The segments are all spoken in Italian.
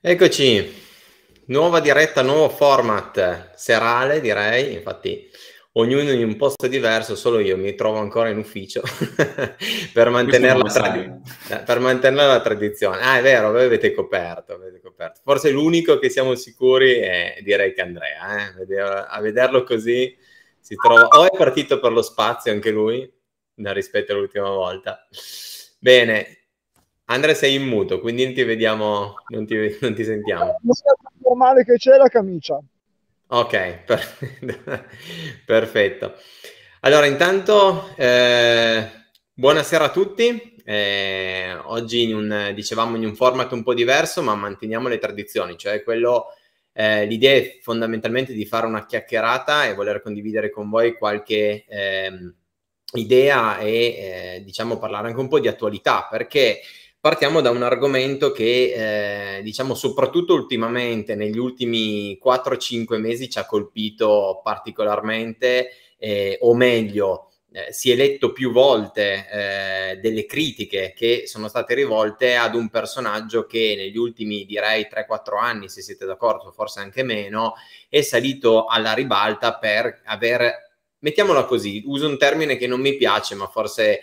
Eccoci, nuova diretta, nuovo format serale direi, infatti ognuno in un posto diverso, solo io mi trovo ancora in ufficio per Questo mantenere non lo sai. per mantenere la tradizione. Ah, è vero, voi avete coperto. Forse l'unico che siamo sicuri è, direi che Andrea, a vederlo così si trova, o è partito per lo spazio anche lui, rispetto all'ultima volta. Bene. Andrea, sei in muto, quindi non ti vediamo, non ti sentiamo. Normale che c'è la camicia. Ok, perfetto. Allora, intanto, buonasera a tutti. Oggi dicevamo in un format un po' diverso, ma manteniamo le tradizioni, cioè l'idea è fondamentalmente di fare una chiacchierata e voler condividere con voi qualche idea e diciamo parlare anche un po' di attualità, perché partiamo da un argomento che, diciamo, soprattutto ultimamente, negli ultimi 4-5 mesi ci ha colpito particolarmente, o meglio, si è letto più volte delle critiche che sono state rivolte ad un personaggio che negli ultimi, direi, 3-4 anni, se siete d'accordo, forse anche meno, è salito alla ribalta per aver, mettiamola così, uso un termine che non mi piace, ma forse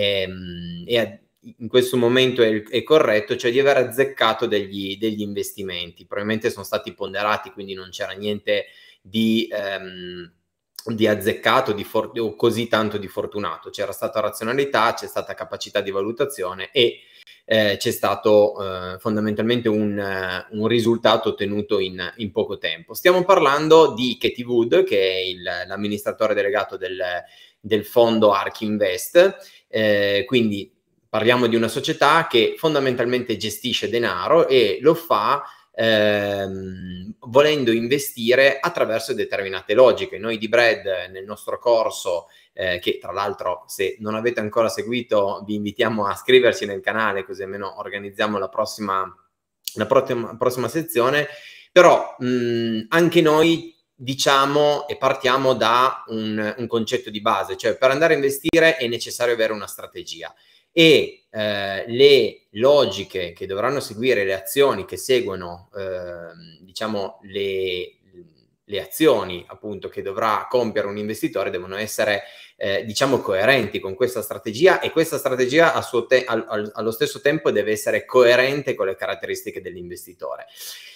in questo momento è corretto, cioè di aver azzeccato degli investimenti. Probabilmente sono stati ponderati, quindi non c'era niente di azzeccato o così tanto di fortunato. C'era stata razionalità, c'è stata capacità di valutazione e c'è stato fondamentalmente un risultato ottenuto in poco tempo. Stiamo parlando di Cathie Wood, che è l'amministratore delegato del fondo ARK Invest, quindi parliamo di una società che fondamentalmente gestisce denaro e lo fa volendo investire attraverso determinate logiche. Noi di Bread nel nostro corso, che tra l'altro se non avete ancora seguito vi invitiamo a iscriversi nel canale, così almeno organizziamo la prossima sezione, però anche noi diciamo e partiamo da un concetto di base, cioè per andare a investire è necessario avere una strategia e le logiche che dovranno seguire, le azioni che seguono, diciamo le azioni appunto che dovrà compiere un investitore devono essere diciamo coerenti con questa strategia, e questa strategia allo stesso tempo deve essere coerente con le caratteristiche dell'investitore.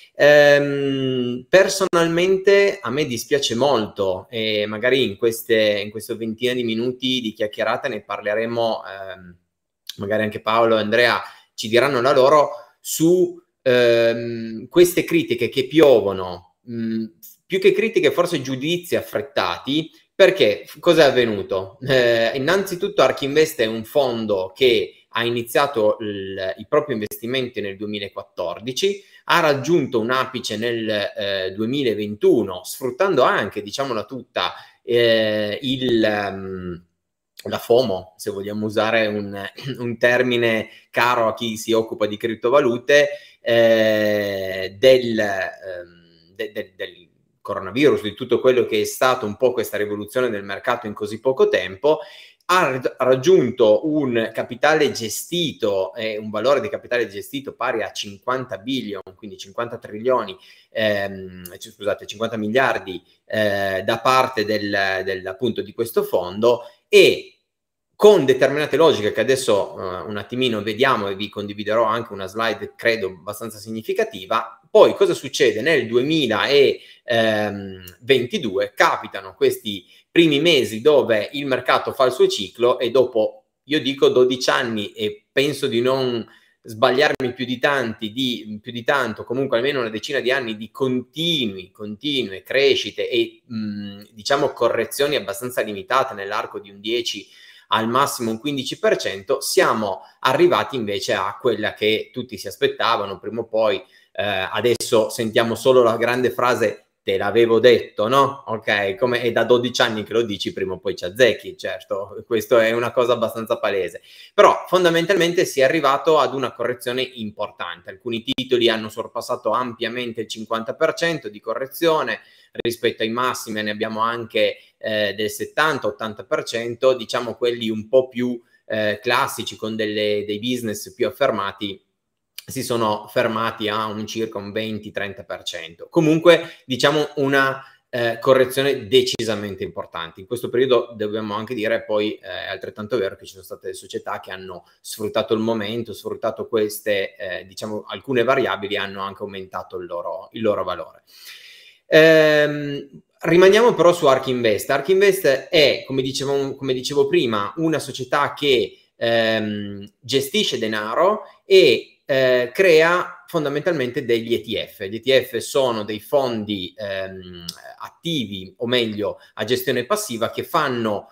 Personalmente a me dispiace molto, e magari in queste ventina di minuti di chiacchierata ne parleremo, magari anche Paolo e Andrea ci diranno la loro su queste critiche che piovono, più che critiche forse giudizi affrettati. Perché cosa è avvenuto? Innanzitutto ARK Invest è un fondo che ha iniziato i propri investimenti nel 2014, ha raggiunto un apice nel 2021, sfruttando anche, diciamola tutta, la FOMO, se vogliamo usare un termine caro a chi si occupa di criptovalute, del coronavirus, di tutto quello che è stato un po' questa rivoluzione del mercato in così poco tempo. Ha raggiunto un capitale gestito, un valore di capitale gestito pari a 50 billion, quindi 50 trilioni, scusate, 50 miliardi da parte appunto di questo fondo, e con determinate logiche che adesso un attimino vediamo, e vi condividerò anche una slide credo abbastanza significativa. Poi cosa succede? Nel 2022 capitano questi primi mesi dove il mercato fa il suo ciclo, e dopo, io dico 12 anni, e penso di non sbagliarmi più di tanto, comunque almeno una decina di anni di continue crescite e diciamo correzioni abbastanza limitate nell'arco di un 10 al massimo un 15%, siamo arrivati invece a quella che tutti si aspettavano prima o poi. Adesso sentiamo solo la grande frase "te l'avevo detto", no? Ok, come è da 12 anni che lo dici, prima o poi ci azzecchi, certo, questo è una cosa abbastanza palese, però fondamentalmente si è arrivato ad una correzione importante. Alcuni titoli hanno sorpassato ampiamente il 50% di correzione rispetto ai massimi, ne abbiamo anche del 70-80%, diciamo quelli un po' più classici con dei business più affermati si sono fermati a circa un 20-30%. Comunque, diciamo una correzione decisamente importante. In questo periodo dobbiamo anche dire, poi è altrettanto vero che ci sono state società che hanno sfruttato il momento, sfruttato queste, diciamo, alcune variabili, hanno anche aumentato il loro valore. Rimaniamo però su ARK Invest. ARK Invest è, come dicevo prima, una società che gestisce denaro e crea fondamentalmente degli ETF. Gli ETF sono dei fondi attivi, o meglio, a gestione passiva, che fanno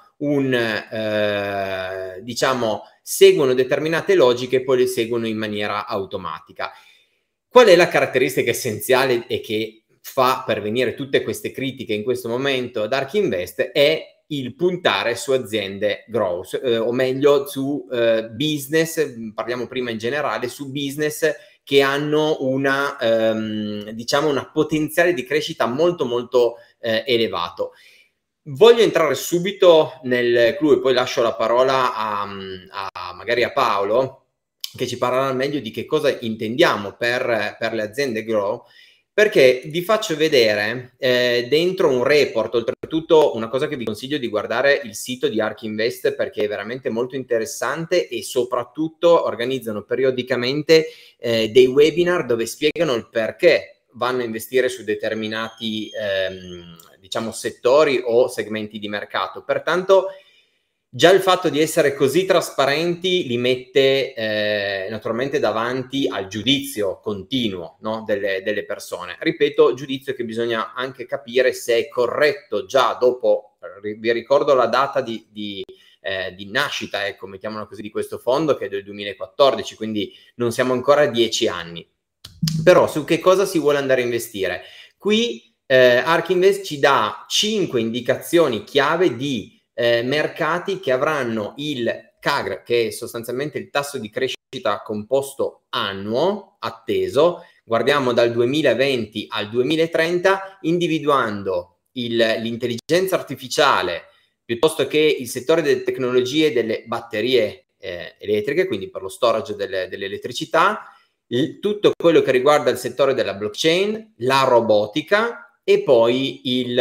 diciamo, seguono determinate logiche e poi le seguono in maniera automatica. Qual è la caratteristica essenziale e che fa pervenire tutte queste critiche in questo momento ad ARK Invest? È il puntare su aziende growth, o meglio su business, parliamo prima in generale, su business che hanno diciamo una potenziale di crescita molto molto elevato. Voglio entrare subito nel clou e poi lascio la parola magari a Paolo, che ci parlerà meglio di che cosa intendiamo per le aziende grow, perché vi faccio vedere dentro un report, oltretutto una cosa che vi consiglio di guardare il sito di ARK Invest, perché è veramente molto interessante, e soprattutto organizzano periodicamente dei webinar dove spiegano il perché vanno a investire su determinati diciamo settori o segmenti di mercato. Pertanto già il fatto di essere così trasparenti li mette naturalmente davanti al giudizio continuo, no, delle persone. Ripeto, giudizio che bisogna anche capire se è corretto già dopo, vi ricordo la data di nascita, ecco, mettiamola così, di questo fondo, che è del 2014, quindi non siamo ancora a 10 anni. Però su che cosa si vuole andare a investire? Qui ARK Invest ci dà 5 indicazioni chiave di mercati che avranno il CAGR, che è sostanzialmente il tasso di crescita composto annuo atteso, guardiamo dal 2020 al 2030, individuando l'intelligenza artificiale piuttosto che il settore delle tecnologie delle batterie elettriche, quindi per lo storage dell'elettricità, tutto quello che riguarda il settore della blockchain, la robotica e poi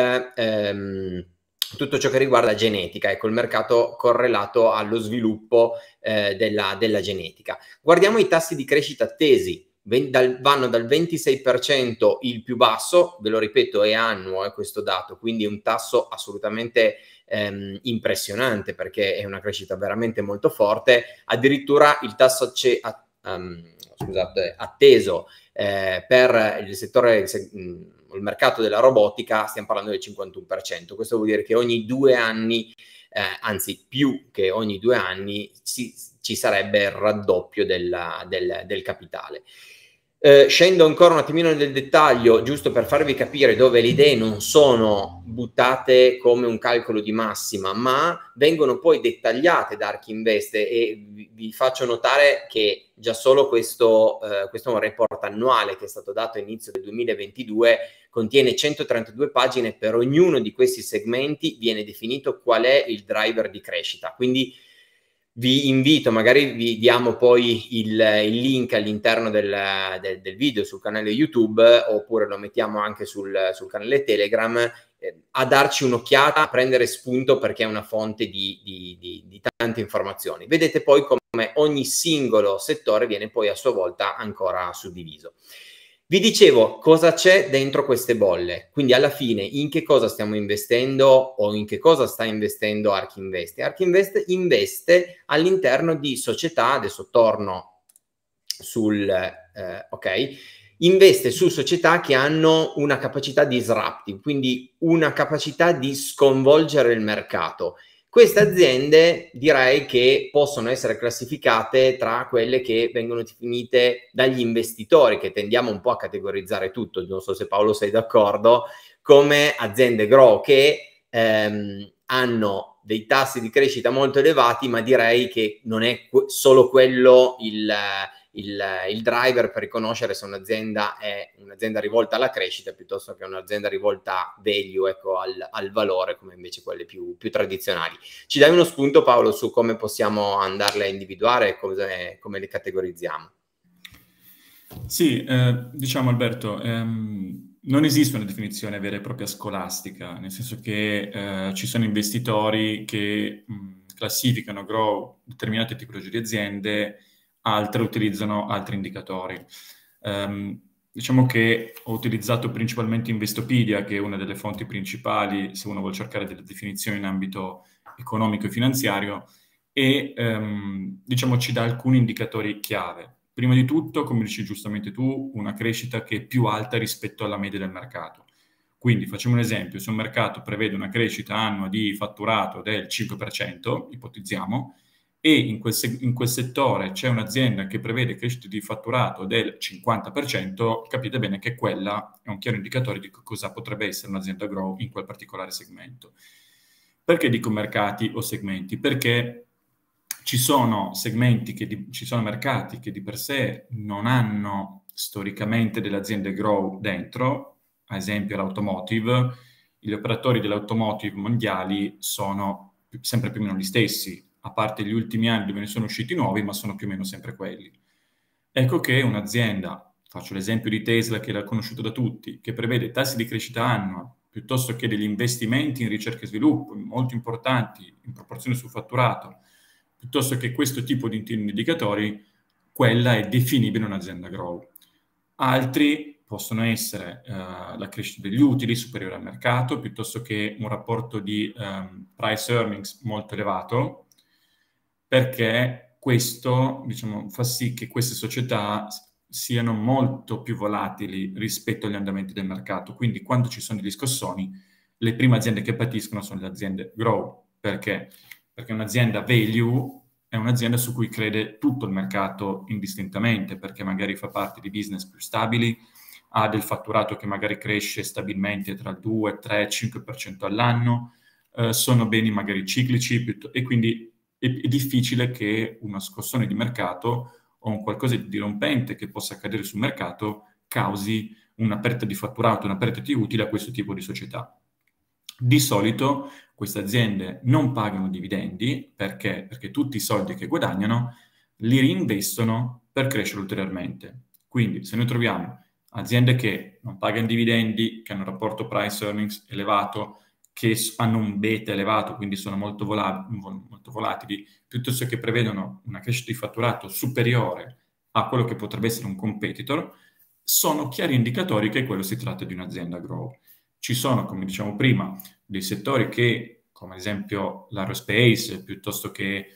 tutto ciò che riguarda la genetica, ecco, il mercato correlato allo sviluppo della genetica. Guardiamo i tassi di crescita attesi, vanno dal 26%, il più basso, ve lo ripeto, è annuo questo dato, quindi è un tasso assolutamente impressionante, perché è una crescita veramente molto forte. Addirittura il tasso atteso per il settore, il mercato della robotica, stiamo parlando del 51%. Questo vuol dire che ogni 2 anni, anzi più che ogni 2 anni, ci sarebbe il raddoppio del capitale. Scendo ancora un attimino nel dettaglio, giusto per farvi capire dove le idee non sono buttate come un calcolo di massima, ma vengono poi dettagliate da ARK Invest, e vi faccio notare che già solo questo è un report annuale che è stato dato a inizio del 2022, contiene 132 pagine. Per ognuno di questi segmenti viene definito qual è il driver di crescita. Quindi vi invito, magari vi diamo poi il link all'interno del video sul canale YouTube, oppure lo mettiamo anche sul canale Telegram, a darci un'occhiata, a prendere spunto, perché è una fonte di tante informazioni. Vedete poi come ogni singolo settore viene poi a sua volta ancora suddiviso. Vi dicevo cosa c'è dentro queste bolle, quindi alla fine in che cosa stiamo investendo, o in che cosa sta investendo ARK Invest? ARK Invest investe all'interno di società, adesso torno investe su società che hanno una capacità disruptive, quindi una capacità di sconvolgere il mercato. Queste aziende direi che possono essere classificate tra quelle che vengono definite dagli investitori, che tendiamo un po' a categorizzare tutto, non so se Paolo sei d'accordo, come aziende grow, che hanno dei tassi di crescita molto elevati, ma direi che non è solo quello il driver per riconoscere se un'azienda è un'azienda rivolta alla crescita piuttosto che un'azienda rivolta value, ecco, al valore, come invece quelle più tradizionali. Ci dai uno spunto, Paolo, su come possiamo andarle a individuare e come le categorizziamo? Sì, diciamo Alberto, non esiste una definizione vera e propria scolastica, nel senso che ci sono investitori che classificano, grow determinate tipologie di aziende, altre utilizzano altri indicatori. Diciamo che ho utilizzato principalmente Investopedia, che è una delle fonti principali se uno vuole cercare delle definizioni in ambito economico e finanziario, e diciamo ci dà alcuni indicatori chiave. Prima di tutto, come dici giustamente tu, una crescita che è più alta rispetto alla media del mercato. Quindi facciamo un esempio: se un mercato prevede una crescita annua di fatturato del 5%, ipotizziamo, e in quel settore c'è un'azienda che prevede crescita di fatturato del 50%, capite bene che quella è un chiaro indicatore di cosa potrebbe essere un'azienda grow in quel particolare segmento. Perché dico mercati o segmenti? Perché ci sono ci sono mercati che di per sé non hanno storicamente delle aziende grow dentro, ad esempio l'automotive. Gli operatori dell'automotive mondiali sono sempre più o meno gli stessi, a parte gli ultimi anni dove ne sono usciti nuovi, ma sono più o meno sempre quelli. Ecco che un'azienda, faccio l'esempio di Tesla che era conosciuto da tutti, che prevede tassi di crescita annua piuttosto che degli investimenti in ricerca e sviluppo molto importanti in proporzione sul fatturato, piuttosto che questo tipo di indicatori, quella è definibile un'azienda grow. Altri possono essere la crescita degli utili superiore al mercato, piuttosto che un rapporto di price earnings molto elevato, perché questo, diciamo, fa sì che queste società siano molto più volatili rispetto agli andamenti del mercato. Quindi quando ci sono degli scossoni, le prime aziende che patiscono sono le aziende grow. Perché? Perché un'azienda value è un'azienda su cui crede tutto il mercato indistintamente, perché magari fa parte di business più stabili, ha del fatturato che magari cresce stabilmente tra il 2, 3, 5% all'anno, sono beni magari ciclici, e quindi è difficile che una scossone di mercato o un qualcosa di dirompente che possa accadere sul mercato causi una perdita di fatturato, una perdita di utile a questo tipo di società. Di solito queste aziende non pagano dividendi perché? Perché tutti i soldi che guadagnano li reinvestono per crescere ulteriormente. Quindi se noi troviamo aziende che non pagano dividendi, che hanno un rapporto price earnings elevato, che hanno un beta elevato, quindi sono molto volatili, piuttosto che prevedono una crescita di fatturato superiore a quello che potrebbe essere un competitor, sono chiari indicatori che quello si tratta di un'azienda grow. Ci sono, come diciamo prima, dei settori che, come ad esempio l'aerospace, piuttosto che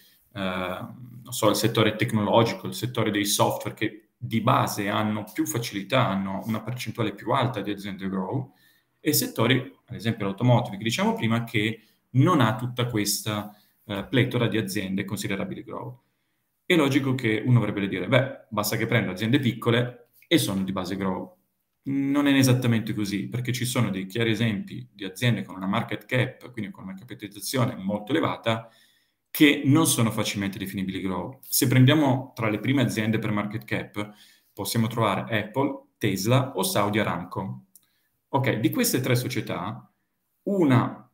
non so, il settore tecnologico, il settore dei software, che di base hanno più facilità, hanno una percentuale più alta di aziende grow, e settori, ad esempio l'automotive, che diciamo prima, che non ha tutta questa pletora di aziende considerabili grow. È logico che uno avrebbe da dire, beh, basta che prendo aziende piccole e sono di base grow. Non è esattamente così, perché ci sono dei chiari esempi di aziende con una market cap, quindi con una capitalizzazione molto elevata, che non sono facilmente definibili grow. Se prendiamo tra le prime aziende per market cap, possiamo trovare Apple, Tesla o Saudi Aramco. Ok, di queste tre società, una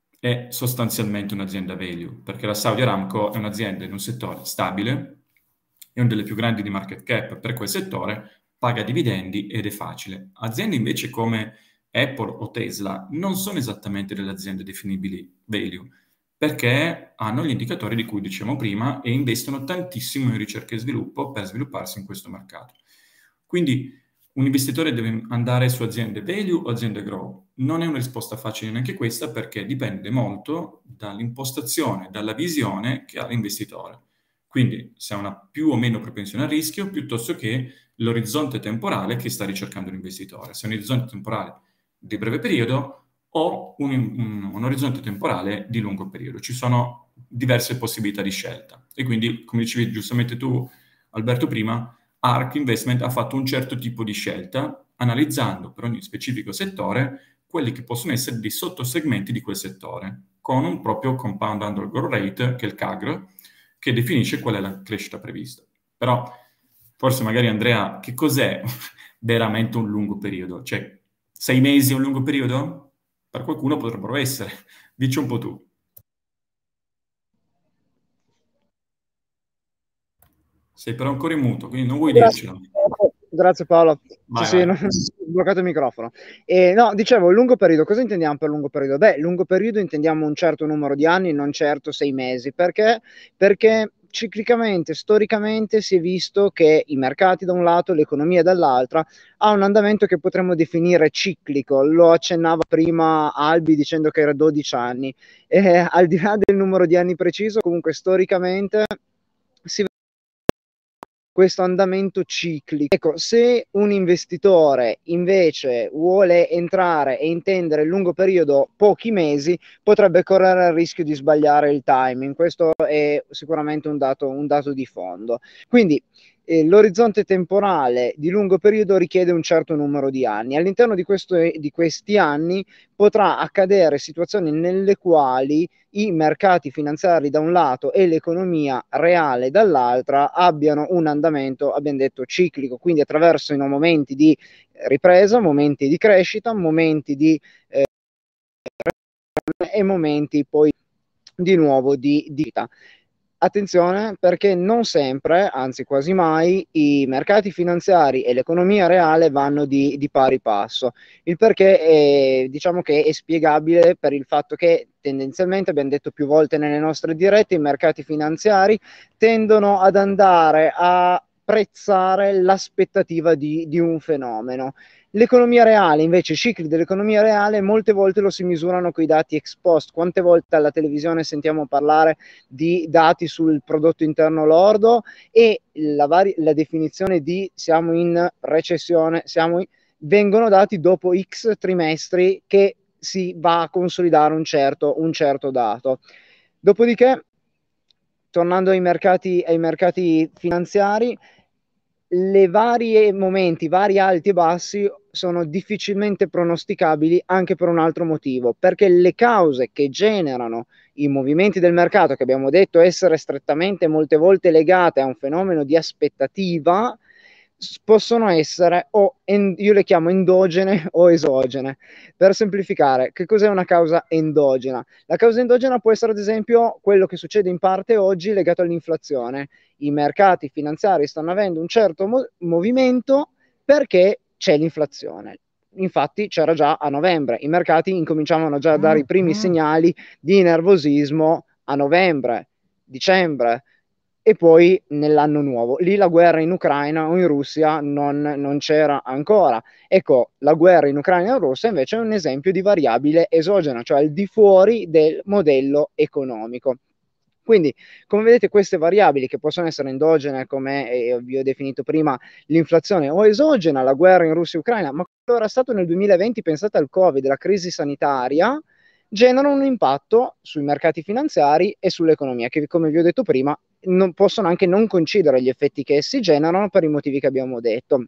è sostanzialmente un'azienda value, perché la Saudi Aramco è un'azienda in un settore stabile, è una delle più grandi di market cap per quel settore, paga dividendi ed è facile. Aziende invece come Apple o Tesla non sono esattamente delle aziende definibili value, perché hanno gli indicatori di cui dicevamo prima e investono tantissimo in ricerca e sviluppo per svilupparsi in questo mercato. Quindi un investitore deve andare su aziende value o aziende grow. Non è una risposta facile neanche questa, perché dipende molto dall'impostazione, dalla visione che ha l'investitore. Quindi se ha una più o meno propensione al rischio, piuttosto che l'orizzonte temporale che sta ricercando l'investitore. Se è un orizzonte temporale di breve periodo o un orizzonte temporale di lungo periodo. Ci sono diverse possibilità di scelta. E quindi, come dicevi giustamente tu, Alberto, prima, ARK Investment ha fatto un certo tipo di scelta, analizzando per ogni specifico settore quelli che possono essere dei sottosegmenti di quel settore, con un proprio compound annual growth rate, che è il CAGR, che definisce qual è la crescita prevista. Però, forse magari Andrea, che cos'è veramente un lungo periodo? Cioè, 6 mesi è un lungo periodo? Per qualcuno potrebbero essere. Dici un po' tu. Sei però ancora in muto, quindi non vuoi Grazie. dircelo. Grazie Paolo. Vai. Non ho bloccato il microfono. No, dicevo, lungo periodo, cosa intendiamo per lungo periodo? Beh, lungo periodo intendiamo un certo numero di anni, non certo 6 mesi. Perché? Perché ciclicamente, storicamente si è visto che i mercati da un lato, l'economia dall'altra, ha un andamento che potremmo definire ciclico. Lo accennava prima Albi dicendo che era 12 anni. Al di là del numero di anni preciso, comunque storicamente si vede questo andamento ciclico. Ecco, se un investitore invece vuole entrare e intendere il lungo periodo, pochi mesi, potrebbe correre il rischio di sbagliare il timing. Questo è sicuramente un dato di fondo. Quindi l'orizzonte temporale di lungo periodo richiede un certo numero di anni. All'interno di questi anni potrà accadere situazioni nelle quali i mercati finanziari da un lato e l'economia reale dall'altra abbiano un andamento, abbiamo detto, ciclico, quindi attraversino momenti di ripresa, momenti di crescita, momenti di e momenti poi di nuovo di vita. Attenzione, perché non sempre, anzi quasi mai, i mercati finanziari e l'economia reale vanno di pari passo. Il perché diciamo che è spiegabile per il fatto che tendenzialmente, abbiamo detto più volte nelle nostre dirette, i mercati finanziari tendono ad andare a prezzare l'aspettativa di un fenomeno. L'economia reale, invece, i cicli dell'economia reale molte volte lo si misurano con i dati ex post. Quante volte alla televisione sentiamo parlare di dati sul prodotto interno lordo e la definizione di siamo in recessione, vengono dati dopo X trimestri che si va a consolidare un certo dato. Dopodiché, tornando ai mercati finanziari, le varie momenti, vari alti e bassi sono difficilmente pronosticabili anche per un altro motivo, perché le cause che generano i movimenti del mercato, che abbiamo detto essere strettamente molte volte legate a un fenomeno di aspettativa, possono essere io le chiamo endogene o esogene. Per semplificare, che cos'è una causa endogena? La causa endogena può essere ad esempio quello che succede in parte oggi legato all'inflazione. I mercati finanziari stanno avendo un certo movimento perché c'è l'inflazione. Infatti c'era già a novembre, i mercati incominciavano già a dare i primi segnali di nervosismo a novembre, dicembre e poi nell'anno nuovo. Lì la guerra in Ucraina o in Russia non c'era ancora. Ecco, la guerra in Ucraina e in Russia invece è un esempio di variabile esogena, cioè al di fuori del modello economico. Quindi, come vedete, queste variabili che possono essere endogene, come vi ho definito prima, l'inflazione, o esogena, la guerra in Russia e Ucraina, ma quello era stato nel 2020, pensate al Covid, la crisi sanitaria, generano un impatto sui mercati finanziari e sull'economia, che come vi ho detto prima, possono anche non coincidere gli effetti che essi generano per i motivi che abbiamo detto.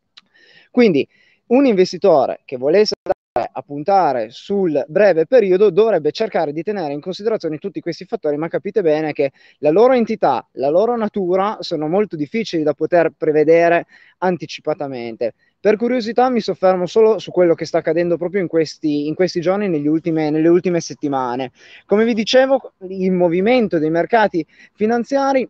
Quindi, un investitore che volesse a puntare sul breve periodo dovrebbe cercare di tenere in considerazione tutti questi fattori, ma capite bene che la loro entità, la loro natura sono molto difficili da poter prevedere anticipatamente. Per curiosità mi soffermo solo su quello che sta accadendo proprio in questi giorni, nelle ultime settimane. Come vi dicevo, il movimento dei mercati finanziari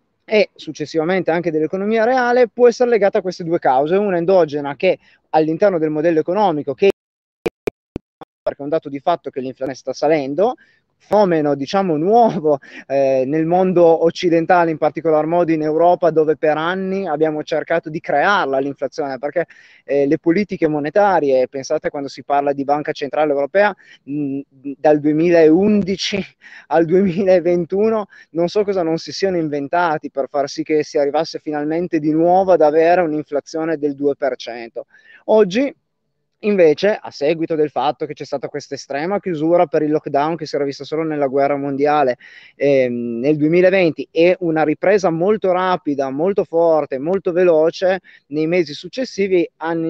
e successivamente anche dell'economia reale può essere legata a queste due cause, una endogena che all'interno del modello economico, che perché è un dato di fatto che l'inflazione sta salendo, fenomeno diciamo nuovo nel mondo occidentale, in particolar modo in Europa, dove per anni abbiamo cercato di crearla l'inflazione, perché le politiche monetarie, pensate quando si parla di Banca Centrale Europea, dal 2011 al 2021 non so cosa non si siano inventati per far sì che si arrivasse finalmente di nuovo ad avere un'inflazione del 2%. Oggi invece, a seguito del fatto che c'è stata questa estrema chiusura per il lockdown che si era vista solo nella guerra mondiale nel 2020 e una ripresa molto rapida, molto forte, molto veloce nei mesi successivi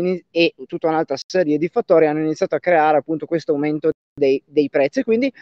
e tutta un'altra serie di fattori hanno iniziato a creare appunto questo aumento dei prezzi. Quindi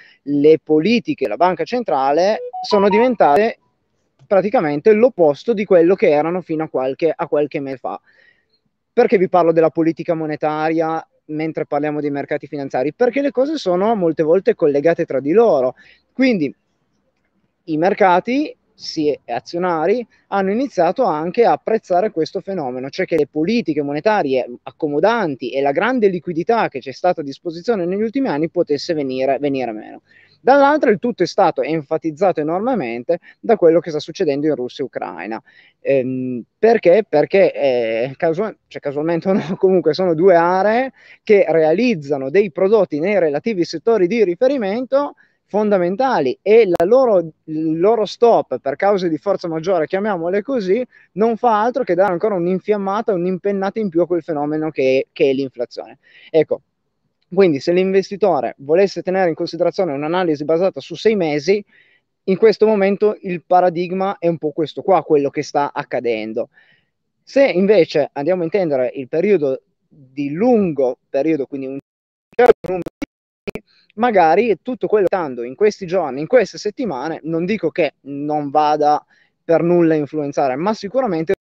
le politiche della banca centrale sono diventate praticamente l'opposto di quello che erano fino a qualche mese fa. Perché vi parlo della politica monetaria mentre parliamo dei mercati finanziari? Perché le cose sono molte volte collegate tra di loro. Quindi i mercati azionari hanno iniziato anche a apprezzare questo fenomeno, cioè che le politiche monetarie accomodanti e la grande liquidità che c'è stata a disposizione negli ultimi anni potesse venire meno. Dall'altro il tutto è stato enfatizzato enormemente da quello che sta succedendo in Russia e Ucraina. Perché? Perché casualmente no, comunque sono due aree che realizzano dei prodotti nei relativi settori di riferimento fondamentali, e il loro stop per cause di forza maggiore, chiamiamole così, non fa altro che dare ancora un'infiammata, un'impennata in più a quel fenomeno che è l'inflazione. Ecco, quindi se l'investitore volesse tenere in considerazione un'analisi basata su 6 mesi, in questo momento il paradigma è un po' questo qua, quello che sta accadendo. Se invece andiamo a intendere il periodo di lungo periodo, quindi un certo numero di anni, magari tutto quello che sta andando in questi giorni, in queste settimane, non dico che non vada per nulla a influenzare, ma sicuramente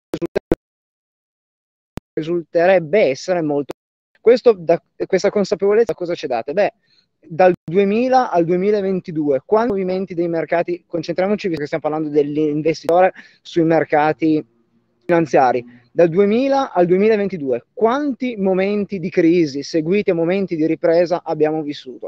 risulterebbe essere molto. Questa consapevolezza cosa ci date? Beh, dal 2000 al 2022, quanti movimenti dei mercati, concentriamoci visto che stiamo parlando dell'investitore sui mercati finanziari, dal 2000 al 2022, quanti momenti di crisi seguiti a momenti di ripresa abbiamo vissuto?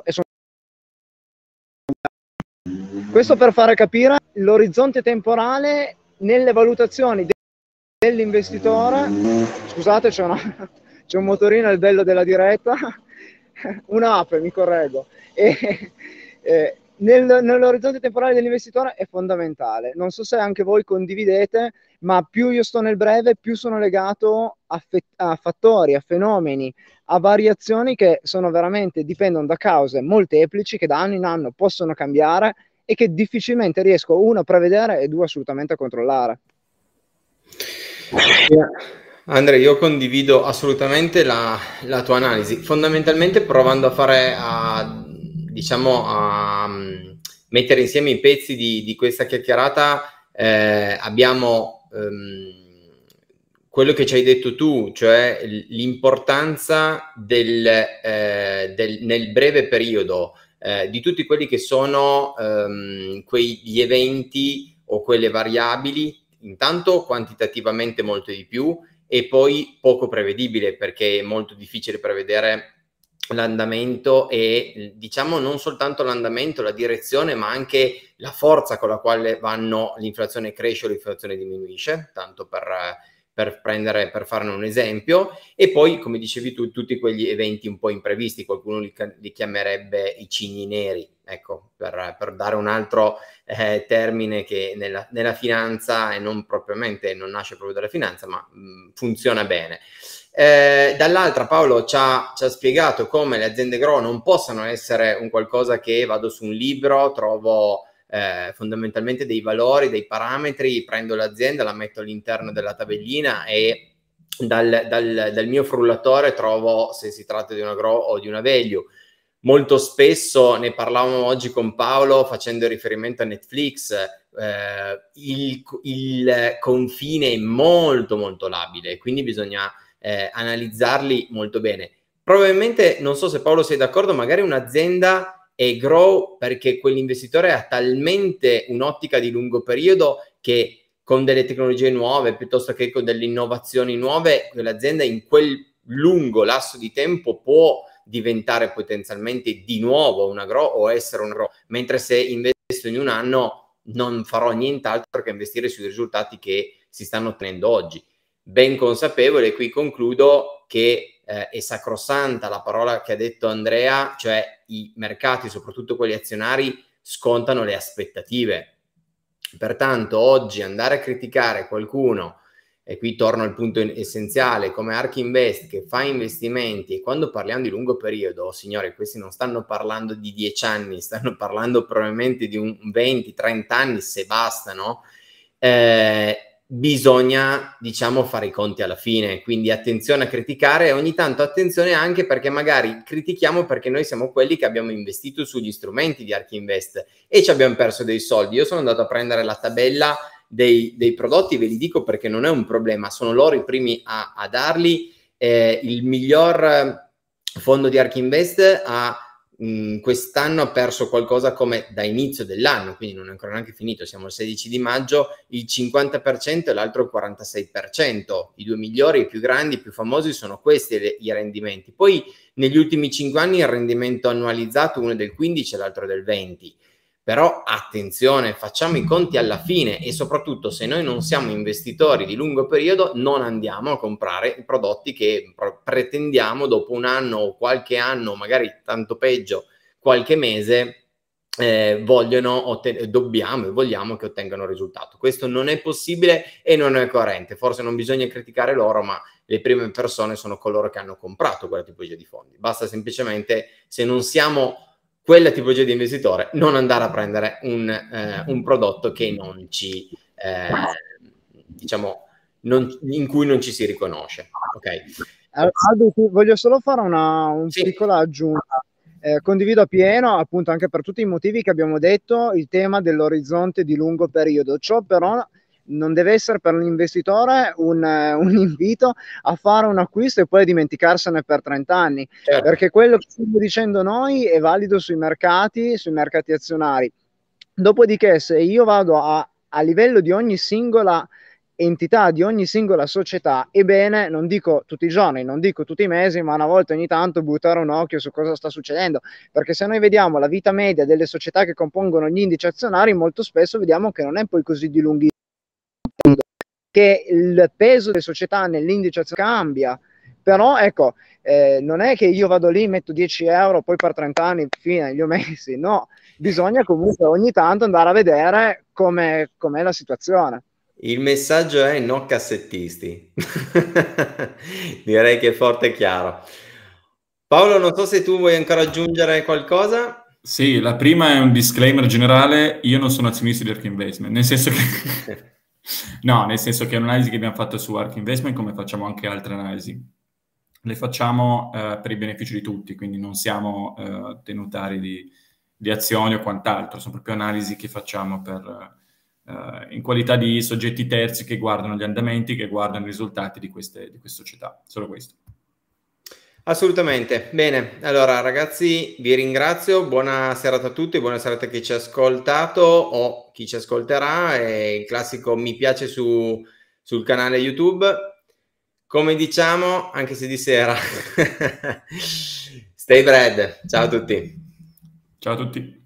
Questo per fare capire l'orizzonte temporale nelle valutazioni dell'investitore. Scusate, c'è un motorino, è il bello della diretta, un'ape, mi correggo. Nell'orizzonte temporale dell'investitore è fondamentale. Non so se anche voi condividete, ma più io sto nel breve, più sono legato a fattori, a fenomeni, a variazioni che sono veramente, dipendono da cause molteplici, che da anno in anno possono cambiare e che difficilmente riesco, uno, a prevedere e due, assolutamente a controllare. Andrea, io condivido assolutamente la tua analisi, fondamentalmente provando a fare, diciamo, a mettere insieme i pezzi di questa chiacchierata. Abbiamo quello che ci hai detto tu, cioè l'importanza nel breve periodo di tutti quelli che sono quegli eventi o quelle variabili, intanto quantitativamente molto di più, e poi poco prevedibile, perché è molto difficile prevedere l'andamento e, diciamo, non soltanto l'andamento, la direzione, ma anche la forza con la quale l'inflazione cresce o l'inflazione diminuisce, tanto per farne un esempio. E poi, come dicevi tu, tutti quegli eventi un po' imprevisti, qualcuno li chiamerebbe i cigni neri, ecco, per dare un altro termine che nella finanza, e non propriamente, non nasce proprio dalla finanza, ma funziona bene. Dall'altra Paolo ci ha spiegato come le aziende grow non possano essere un qualcosa che vado su un libro, trovo fondamentalmente dei valori, dei parametri, prendo l'azienda, la metto all'interno della tabellina e dal mio frullatore trovo se si tratta di una grow o di una value. Molto spesso, ne parlavamo oggi con Paolo facendo riferimento a Netflix, il confine è molto molto labile, quindi bisogna analizzarli molto bene. Probabilmente, non so se Paolo sei d'accordo, magari un'azienda è grow perché quell'investitore ha talmente un'ottica di lungo periodo che con delle tecnologie nuove piuttosto che con delle innovazioni nuove, quell'azienda in quel lungo lasso di tempo può diventare potenzialmente di nuovo una grow o essere una grow, mentre se investo in un anno non farò nient'altro che investire sui risultati che si stanno ottenendo oggi. Ben consapevole, qui concludo, che è sacrosanta la parola che ha detto Andrea, cioè i mercati, soprattutto quelli azionari, scontano le aspettative. Pertanto oggi andare a criticare qualcuno, e qui torno al punto essenziale, come ARK Invest, che fa investimenti, e quando parliamo di lungo periodo, signori, questi non stanno parlando di 10 anni, stanno parlando probabilmente di un 20-30 anni, se bastano, bisogna, diciamo, fare i conti alla fine. Quindi attenzione a criticare, e ogni tanto attenzione anche perché magari critichiamo perché noi siamo quelli che abbiamo investito sugli strumenti di ARK Invest e ci abbiamo perso dei soldi. Io sono andato a prendere la tabella dei prodotti, ve li dico perché non è un problema, sono loro i primi a darli. Il miglior fondo di ARK Invest ha quest'anno ha perso qualcosa come da inizio dell'anno, quindi non è ancora neanche finito, siamo al 16 di maggio, il 50% e l'altro il 46%. I due migliori, i più grandi, i più famosi sono questi i rendimenti. Poi negli ultimi 5 anni il rendimento annualizzato uno è del 15 e l'altro è del 20. Però attenzione, facciamo i conti alla fine e soprattutto se noi non siamo investitori di lungo periodo non andiamo a comprare i prodotti che pretendiamo dopo un anno o qualche anno, magari tanto peggio, qualche mese, vogliono dobbiamo e vogliamo che ottengano risultato. Questo non è possibile e non è coerente. Forse non bisogna criticare loro, ma le prime persone sono coloro che hanno comprato quella tipologia di fondi. Basta semplicemente, se non siamo quella tipologia di investitore, non andare a prendere un prodotto che non ci, diciamo, in cui non ci si riconosce. Okay. Aldo, voglio solo fare una piccola aggiunta. Condivido appieno, appunto, anche per tutti i motivi che abbiamo detto, il tema dell'orizzonte di lungo periodo. Ciò però non deve essere per l'investitore un invito a fare un acquisto e poi dimenticarsene per 30 anni, certo. Perché quello che stiamo dicendo noi è valido sui mercati azionari. Dopodiché, se io vado a livello di ogni singola entità, di ogni singola società, ebbene, non dico tutti i giorni, non dico tutti i mesi, ma una volta ogni tanto buttare un occhio su cosa sta succedendo, perché se noi vediamo la vita media delle società che compongono gli indici azionari, molto spesso vediamo che non è poi così di lunghissimo, che il peso delle società nell'indice azionario cambia, però ecco, non è che io vado lì, metto 10 euro, poi per 30 anni, fine, li ho messi, no, bisogna comunque ogni tanto andare a vedere com'è la situazione. Il messaggio è no cassettisti. Direi che è forte e chiaro. Paolo, non so se tu vuoi ancora aggiungere qualcosa. Sì, la prima è un disclaimer generale, io non sono azionista di ARK Investment, nel senso che no, nel senso che è un'analisi che abbiamo fatto su ARK Investment, come facciamo anche altre analisi. Le facciamo per il beneficio di tutti, quindi non siamo tenutari di azioni o quant'altro, sono proprio analisi che facciamo in qualità di soggetti terzi che guardano gli andamenti, che guardano i risultati di queste società, solo questo. Assolutamente, bene, allora ragazzi vi ringrazio, buona serata a tutti, buona serata a chi ci ha ascoltato o chi ci ascolterà, e il classico mi piace sul canale YouTube, come diciamo anche se di sera. Stay bread, ciao a tutti. Ciao a tutti.